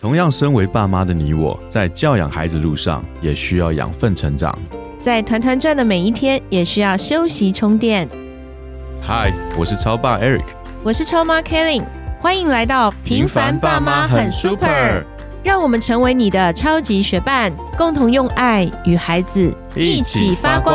同样身为爸妈的你我，在教养孩子路上也需要养分成长， 在团团转的每一天也需要休息充电。 嗨，我是超爸 Eric， 我是超妈 Kelly， 欢迎来到平凡爸妈很 super， 让我们成为你的超级学伴，共同用爱与孩子一起发光。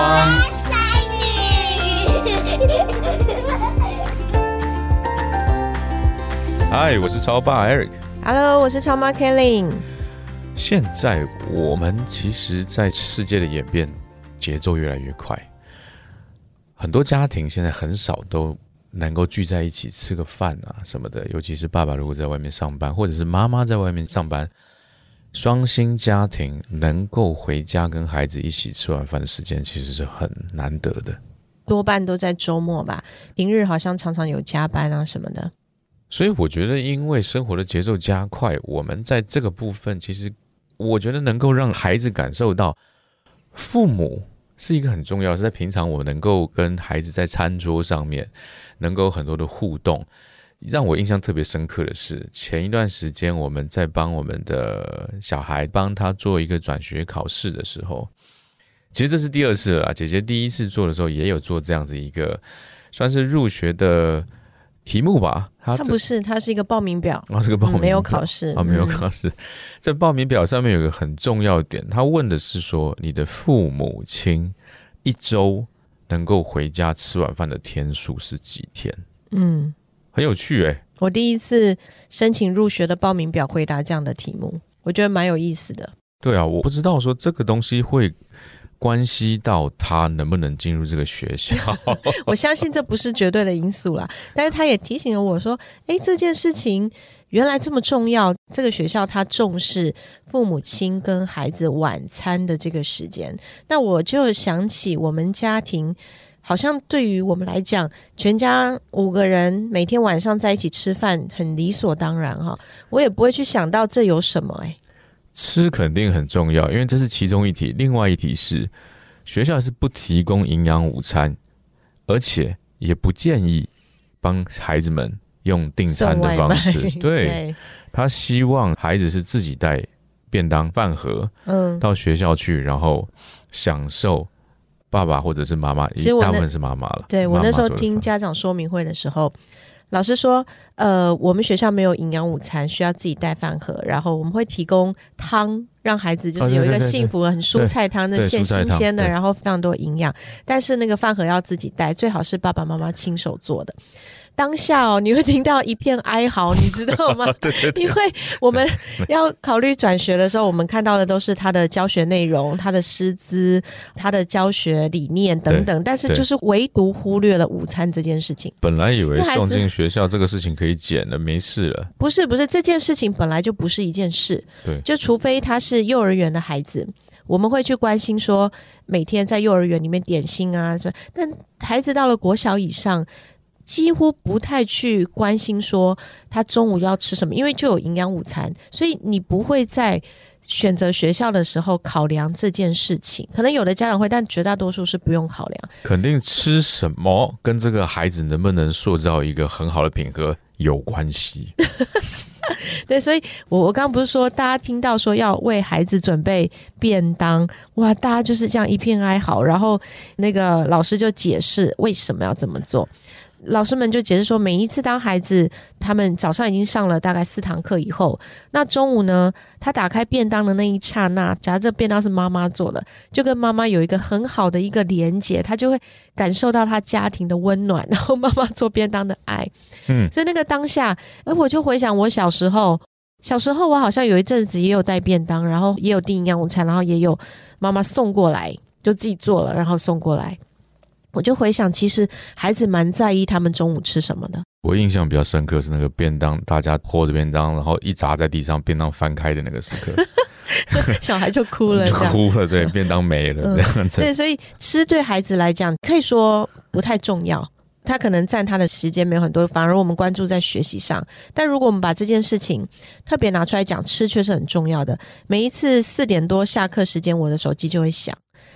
嗨，我是超爸 Eric。Hello， 我是超妈 Kelly。 现在我们其实在世界的演变节奏越来越快，很多家庭现在很少都能够聚在一起吃个饭啊什么的，尤其是爸爸如果在外面上班，或者是妈妈在外面上班，双薪家庭能够回家跟孩子一起吃晚饭的时间其实是很难得的， 多半都在周末吧，平日好像常常有加班啊什么的。 所以我觉得因为生活的节奏加快，我们在这个部分其实我觉得能够让孩子感受到父母是一个很重要的，是在平常我能够跟孩子在餐桌上面能够很多的互动。让我印象特别深刻的是，前一段时间我们在帮我们的小孩帮他做一个转学考试的时候，其实这是第二次了啦，姐姐第一次做的时候也有做这样子一个算是入学的题目吧。它不是， 它是一个报名表。 这个报名表， 没有考试没有考试。在报名表上面有一个很重要的点，他问的是说你的父母亲一周能够回家吃晚饭的天数是几天？很有趣欸。 我第一次申请入学的报名表回答这样的题目，我觉得蛮有意思的。 对啊，我不知道说这个东西会关系到他能不能进入这个学校。 我相信这不是绝对的因素啦，但是他也提醒了我说，这件事情原来这么重要，这个学校他重视父母亲跟孩子晚餐的这个时间。那我就想起我们家庭好像对于我们来讲，全家5个人每天晚上在一起吃饭很理所当然哈，我也不会去想到这有什么吃肯定很重要，因为这是其中一题。另外一题是学校是不提供营养午餐，而且也不建议帮孩子们用订餐的方式。对，他希望孩子是自己带便当饭盒到学校去，然后享受爸爸或者是妈妈，大部分是妈妈了。 对，我那时候听家长说明会的时候，老师说我们学校没有营养午餐，需要自己带饭盒，然后我们会提供汤，让孩子就是有一个幸福很蔬菜汤的现新鲜的，然后非常多营养，但是那个饭盒要自己带，最好是爸爸妈妈亲手做的。当下你会听到一片哀嚎，你知道吗？ 对， 因为我们要考虑转学的时候，我们看到的都是他的教学内容、他的师资、他的教学理念等等，但是就是唯独忽略了午餐这件事情。 本来以为送进学校这个事情可以减了，没事了。不是， 这件事情本来就不是一件事。 对， 就除非他是幼儿园的孩子，我们会去关心说每天在幼儿园里面点心啊，但孩子到了国小以上，几乎不太去关心说他中午要吃什么，因为就有营养午餐，所以你不会在选择学校的时候考量这件事情。可能有的家长会，但绝大多数是不用考量。 肯定吃什么跟这个孩子能不能塑造一个很好的品格有关系。 对，所以我刚刚不是说大家听到说要为孩子准备便当，哇，大家就是这样一片哀嚎，然后那个老师就解释为什么要这么做。老师们就解释说，每一次当孩子他们早上已经上了大概4堂课以后，那中午呢，他打开便当的那一刹那，假如这便当是妈妈做的，就跟妈妈有一个很好的一个连结，他就会感受到他家庭的温暖，然后妈妈做便当的爱。所以那个当下，我就回想我小时候我好像有一阵子也有带便当，然后也有订营养午餐，然后也有妈妈送过来，就自己做了然后送过来。我就回想，其实孩子蛮在意他们中午吃什么的。 我印象比较深刻是那个便当，大家拖着便当，然后一砸在地上，便当翻开的那个时刻， 小孩就哭了， 对，便当没了这样子。 对，所以吃对孩子来讲，可以说不太重要，他可能占他的时间没有很多，反而我们关注在学习上。但如果我们把这件事情特别拿出来讲，吃却是很重要的。每一次4点多下课时间，我的手机就会响。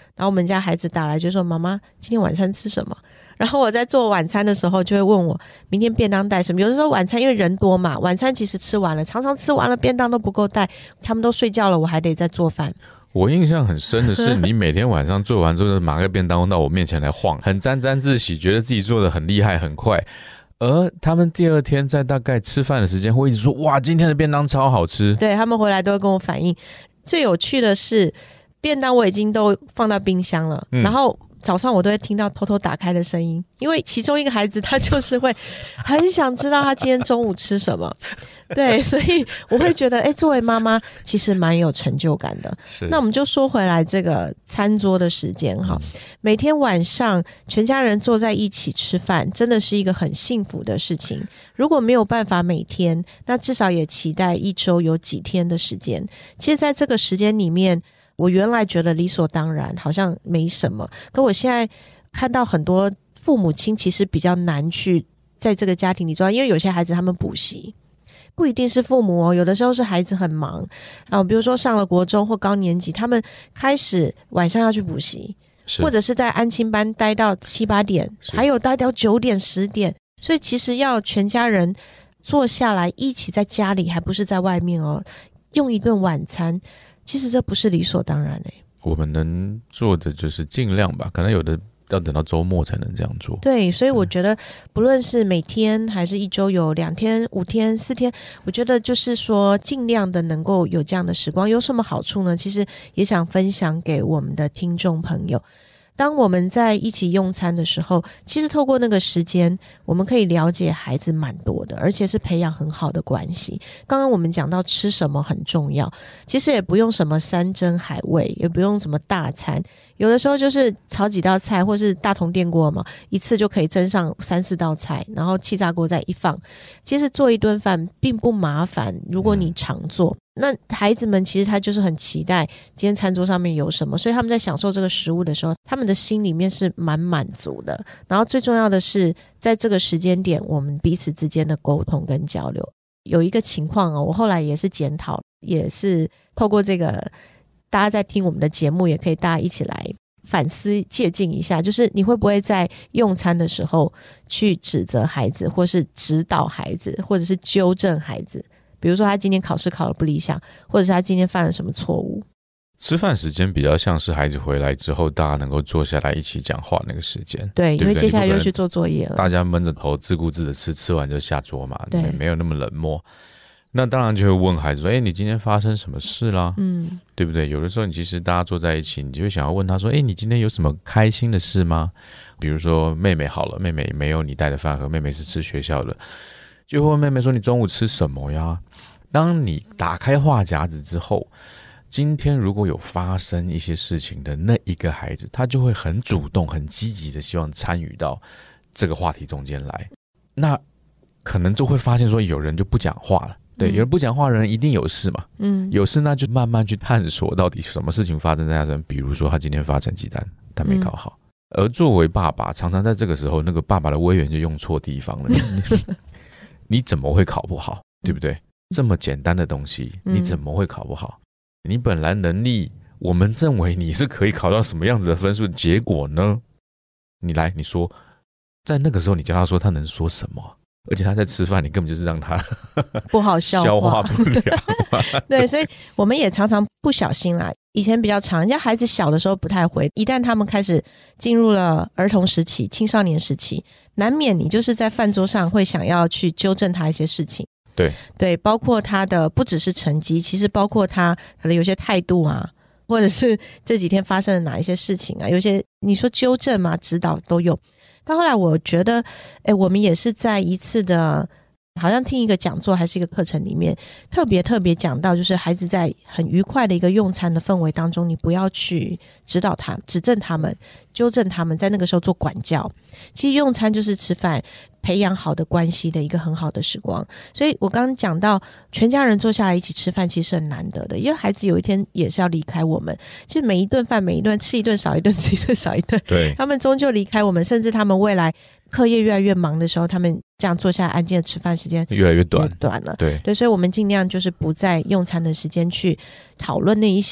然后我们家孩子打来就说妈妈今天晚餐吃什么，然后我在做晚餐的时候就会问我明天便当带什么。有的时候晚餐因为人多嘛，晚餐其实吃完了，常常吃完了便当都不够带，他们都睡觉了，我还得再做饭。 我印象很深的是，你每天晚上做完之后，拿个便当到我面前来晃，很沾沾自喜，觉得自己做的很厉害很快。而他们第二天在大概吃饭的时间会一直说，哇，今天的便当超好吃。 对，他们回来都会跟我反映。最有趣的是，便当我已经都放到冰箱了，然后早上我都会听到偷偷打开的声音，因为其中一个孩子他就是会很想知道他今天中午吃什么。对，所以我会觉得作为妈妈其实蛮有成就感的。那我们就说回来这个餐桌的时间哈，每天晚上全家人坐在一起吃饭真的是一个很幸福的事情。如果没有办法每天，那至少也期待一周有几天的时间。其实在这个时间里面，我原来觉得理所当然好像没什么，可我现在看到很多父母亲其实比较难去在这个家庭里做，因为有些孩子他们补习不一定是父母哦，有的时候是孩子很忙比如说上了国中或高年级，他们开始晚上要去补习，或者是在安亲班待到7、8点，还有待到9点10点，所以其实要全家人坐下来一起在家里，还不是在外面哦，用一顿晚餐，其实这不是理所当然我们能做的就是尽量吧，可能有的要等到周末才能这样做。 对，所以我觉得不论是每天还是一周有2天、5天、4天，我觉得就是说尽量的能够有这样的时光。有什么好处呢？其实也想分享给我们的听众朋友。当我们在一起用餐的时候，其实透过那个时间，我们可以了解孩子蛮多的，而且是培养很好的关系。刚刚我们讲到吃什么很重要，其实也不用什么山珍海味，也不用什么大餐，有的时候就是炒几道菜，或是大同电锅嘛，一次就可以蒸上3、4道菜，然后气炸锅再一放。其实做一顿饭并不麻烦，如果你常做。那孩子们其实他就是很期待今天餐桌上面有什么，所以他们在享受这个食物的时候，他们的心里面是蛮满足的。然后最重要的是，在这个时间点，我们彼此之间的沟通跟交流。有一个情况我后来也是检讨，也是透过这个大家在听我们的节目，也可以大家一起来反思借鉴一下，就是你会不会在用餐的时候去指责孩子，或是指导孩子，或者是纠正孩子，比如说他今天考试考得不理想，或者是他今天犯了什么错误。 吃饭时间比较像是孩子回来之后大家能够坐下来一起讲话那个时间。 对，因为接下来又去做作业了， 大家闷着头自顾自的吃完就下桌嘛，对，没有那么冷漠。那当然就会问孩子说，你今天发生什么事啦？对不对？有的时候你其实大家坐在一起，你就会想要问他说，你今天有什么开心的事吗？比如说妹妹好了，妹妹没有你带的饭盒，妹妹是吃学校的，就会问妹妹说，你中午吃什么呀？当你打开话匣子之后，今天如果有发生一些事情的那一个孩子，他就会很主动很积极的希望参与到这个话题中间来。那可能就会发现说有人就不讲话了，对，有人不讲话的人一定有事嘛，有事那就慢慢去探索到底什么事情发生在他身上。比如说他今天发成绩单他没考好，而作为爸爸常常在这个时候那个爸爸的威严就用错地方了。你怎么会考不好，对不对？这么简单的东西你怎么会考不好？你本来能力我们认为你是可以考到什么样子的分数，结果呢？你说，在那个时候你叫他说他能说什么？而且他在吃饭，你根本就是让他不好消化不了。 对，所以我们也常常不小心啦。以前比较长，人家孩子小的时候不太会，一旦他们开始进入了儿童时期、青少年时期，难免你就是在饭桌上会想要去纠正他一些事情。对，包括他的不只是成绩，其实包括他可能有些态度啊，或者是这几天发生了哪一些事情啊，有些你说纠正嘛、指导都有。但后来我觉得我们也是在一次的好像听一个讲座还是一个课程里面特别讲到，就是孩子在很愉快的一个用餐的氛围当中，你不要去指导他、指正他们、纠正他们，在那个时候做管教。其实用餐就是吃饭，培养好的关系的一个很好的时光。所以我刚刚讲到全家人坐下来一起吃饭其实很难得的，因为孩子有一天也是要离开我们，其实每一顿饭每一顿吃一顿少一顿，吃一顿少一顿， 对， 他们终究离开我们，甚至他们未来课业越来越忙的时候，他们这样坐下来安静的吃饭时间越来越短了。 对， 所以我们尽量就是不在用餐的时间去讨论那一些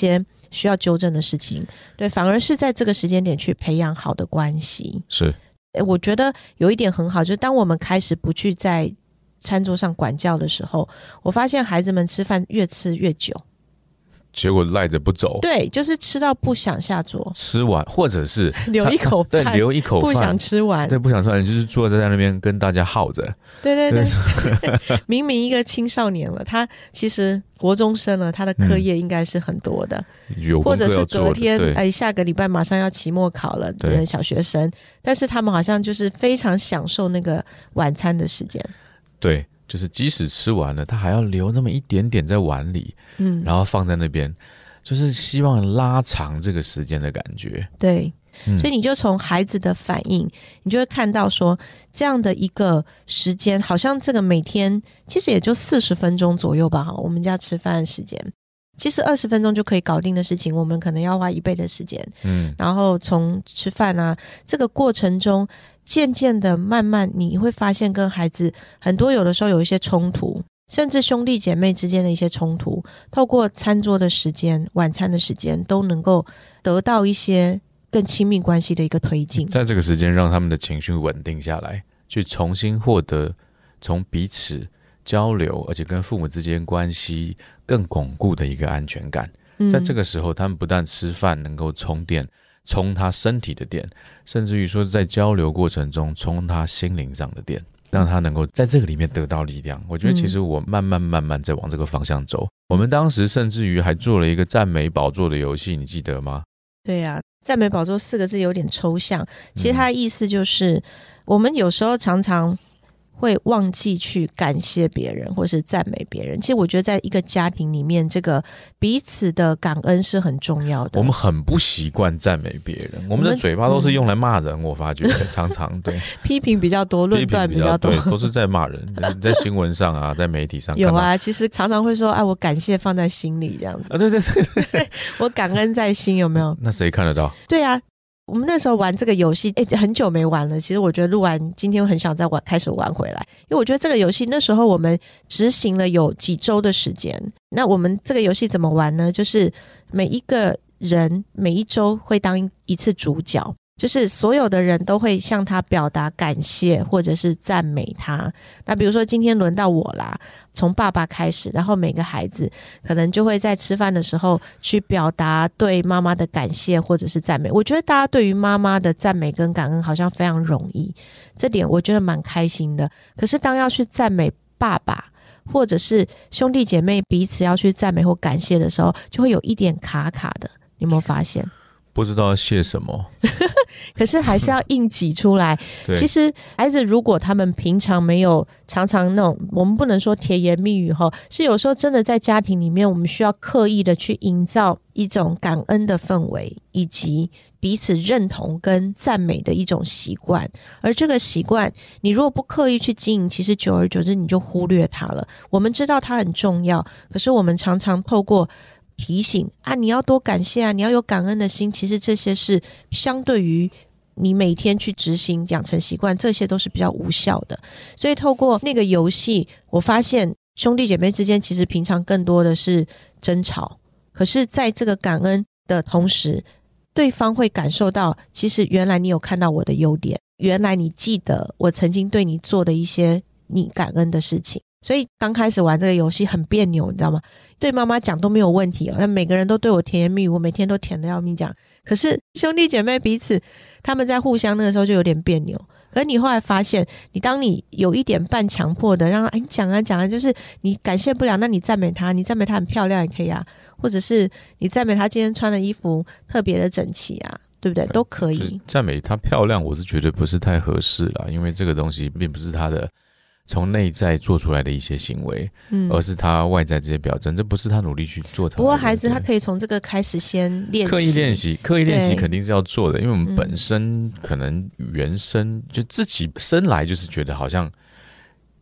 需要纠正的事情，对，反而是在这个时间点去培养好的关系。 是， 我觉得有一点很好，就是当我们开始不去在餐桌上管教的时候，我发现孩子们吃饭越吃越久， 结果赖着不走， 对，就是吃到不想下桌， 吃完或者是留一口饭， 对，留一口饭， 不想吃完， 对，不想吃完，就是坐在那边跟大家耗着。 对对对，明明一个青少年了，他其实国中生了，他的课业应该是很多的， 有或者是隔天下个礼拜马上要期末考了，小学生，但是他们好像就是非常享受那个晚餐的时间。 对，就是即使吃完了，他还要留那么一点点在碗里，然后放在那边，就是希望拉长这个时间的感觉。 对，所以你就从孩子的反应，你就会看到说，这样的一个时间，好像这个每天其实也就40分钟左右吧。我们家吃饭时间，其实20分钟就可以搞定的事情，我们可能要花1倍的时间。然后从吃饭啊这个过程中，渐渐的慢慢你会发现跟孩子很多有的时候有一些冲突，甚至兄弟姐妹之间的一些冲突，透过餐桌的时间、晚餐的时间都能够得到一些更亲密关系的一个推进。 在这个时间让他们的情绪稳定下来，去重新获得从彼此交流而且跟父母之间关系更巩固的一个安全感。在这个时候他们不但吃饭能够充电，充他身体的电，甚至于说在交流过程中充他心灵上的电，让他能够在这个里面得到力量。我觉得其实我慢慢在往这个方向走。我们当时甚至于还做了一个赞美宝座的游戏，你记得吗？ 对啊，赞美宝座4个字有点抽象，其实它的意思就是我们有时候常常会忘记去感谢别人或是赞美别人。其实我觉得在一个家庭里面，这个彼此的感恩是很重要的。 我们很不习惯赞美别人，我们的嘴巴都是用来骂人，我发觉常常对批评比较多，论断比较多， 对，都是在骂人。在新闻上啊，在媒体上有啊，其实常常会说我感谢放在心里这样子。 对对对对， 我感恩在心，有没有？ 那谁看得到？ 对啊，我们那时候玩这个游戏，很久没玩了。其实我觉得录完今天很想再开始玩回来，因为我觉得这个游戏那时候我们执行了有几周的时间。那我们这个游戏怎么玩呢？就是每一个人每一周会当一次主角，就是所有的人都会向他表达感谢或者是赞美他。那比如说今天轮到我啦，从爸爸开始，然后每个孩子可能就会在吃饭的时候去表达对妈妈的感谢或者是赞美。我觉得大家对于妈妈的赞美跟感恩好像非常容易，这点我觉得蛮开心的。可是当要去赞美爸爸或者是兄弟姐妹彼此要去赞美或感谢的时候，就会有一点卡卡的，你有没有发现？ 不知道要谢什么可是还是要硬挤出来其实孩子如果他们平常没有常常那种，我们不能说甜言蜜语，是有时候真的在家庭里面我们需要刻意的去营造一种感恩的氛围，以及彼此认同跟赞美的一种习惯。而这个习惯你如果不刻意去经营，其实久而久之你就忽略它了。我们知道它很重要，可是我们常常透过提醒你要多感谢啊，你要有感恩的心，其实这些是相对于你每天去执行养成习惯，这些都是比较无效的。所以透过那个游戏，我发现兄弟姐妹之间其实平常更多的是争吵，可是在这个感恩的同时，对方会感受到其实原来你有看到我的优点，原来你记得我曾经对你做的一些你感恩的事情。所以刚开始玩这个游戏很别扭，你知道吗？对妈妈讲都没有问题但每个人都对我甜言蜜语，我每天都甜的要命讲。可是兄弟姐妹彼此他们在互相那个时候就有点别扭。可是你后来发现，当你有一点半强迫的让他讲啊，就是你感谢不了，那你赞美他，你赞美他很漂亮也可以啊，或者是你赞美他今天穿的衣服特别的整齐啊，对不对？都可以。 赞美她漂亮我是觉得不是太合适啦，因为这个东西并不是她的从内在做出来的一些行为，而是他外在这些表征，这不是他努力去做他的。 不过孩子他可以从这个开始先练习， 刻意练习肯定是要做的，因为我们本身可能原生就自己生来就是觉得好像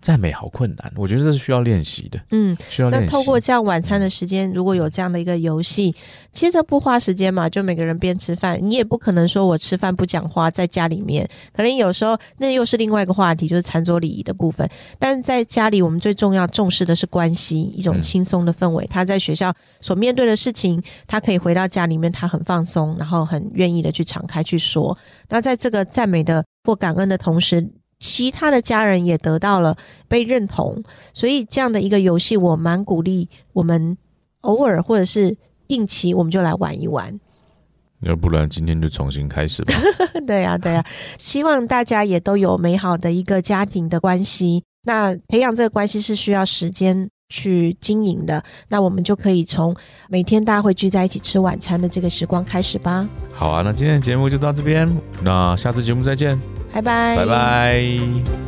赞美好困难，我觉得这是需要练习的。需要练习。 那透过这样晚餐的时间，如果有这样的一个游戏，其实这不花时间嘛，就每个人边吃饭，你也不可能说我吃饭不讲话，在家里面可能有时候那又是另外一个话题，就是餐桌礼仪的部分。但是在家里，我们最重要重视的是关系，一种轻松的氛围。他在学校所面对的事情，他可以回到家里面，他很放松，然后很愿意的去敞开去说。那在这个赞美的或感恩的同时，其他的家人也得到了被认同，所以这样的一个游戏我蛮鼓励我们偶尔或者是定期我们就来玩一玩， 要不然今天就重新开始吧。 对啊对啊，希望大家也都有美好的一个家庭的关系，那培养这个关系是需要时间去经营的，那我们就可以从每天大家会聚在一起吃晚餐的这个时光开始吧。 好啊，那今天的节目就到这边，那下次节目再见， 拜拜， 拜拜。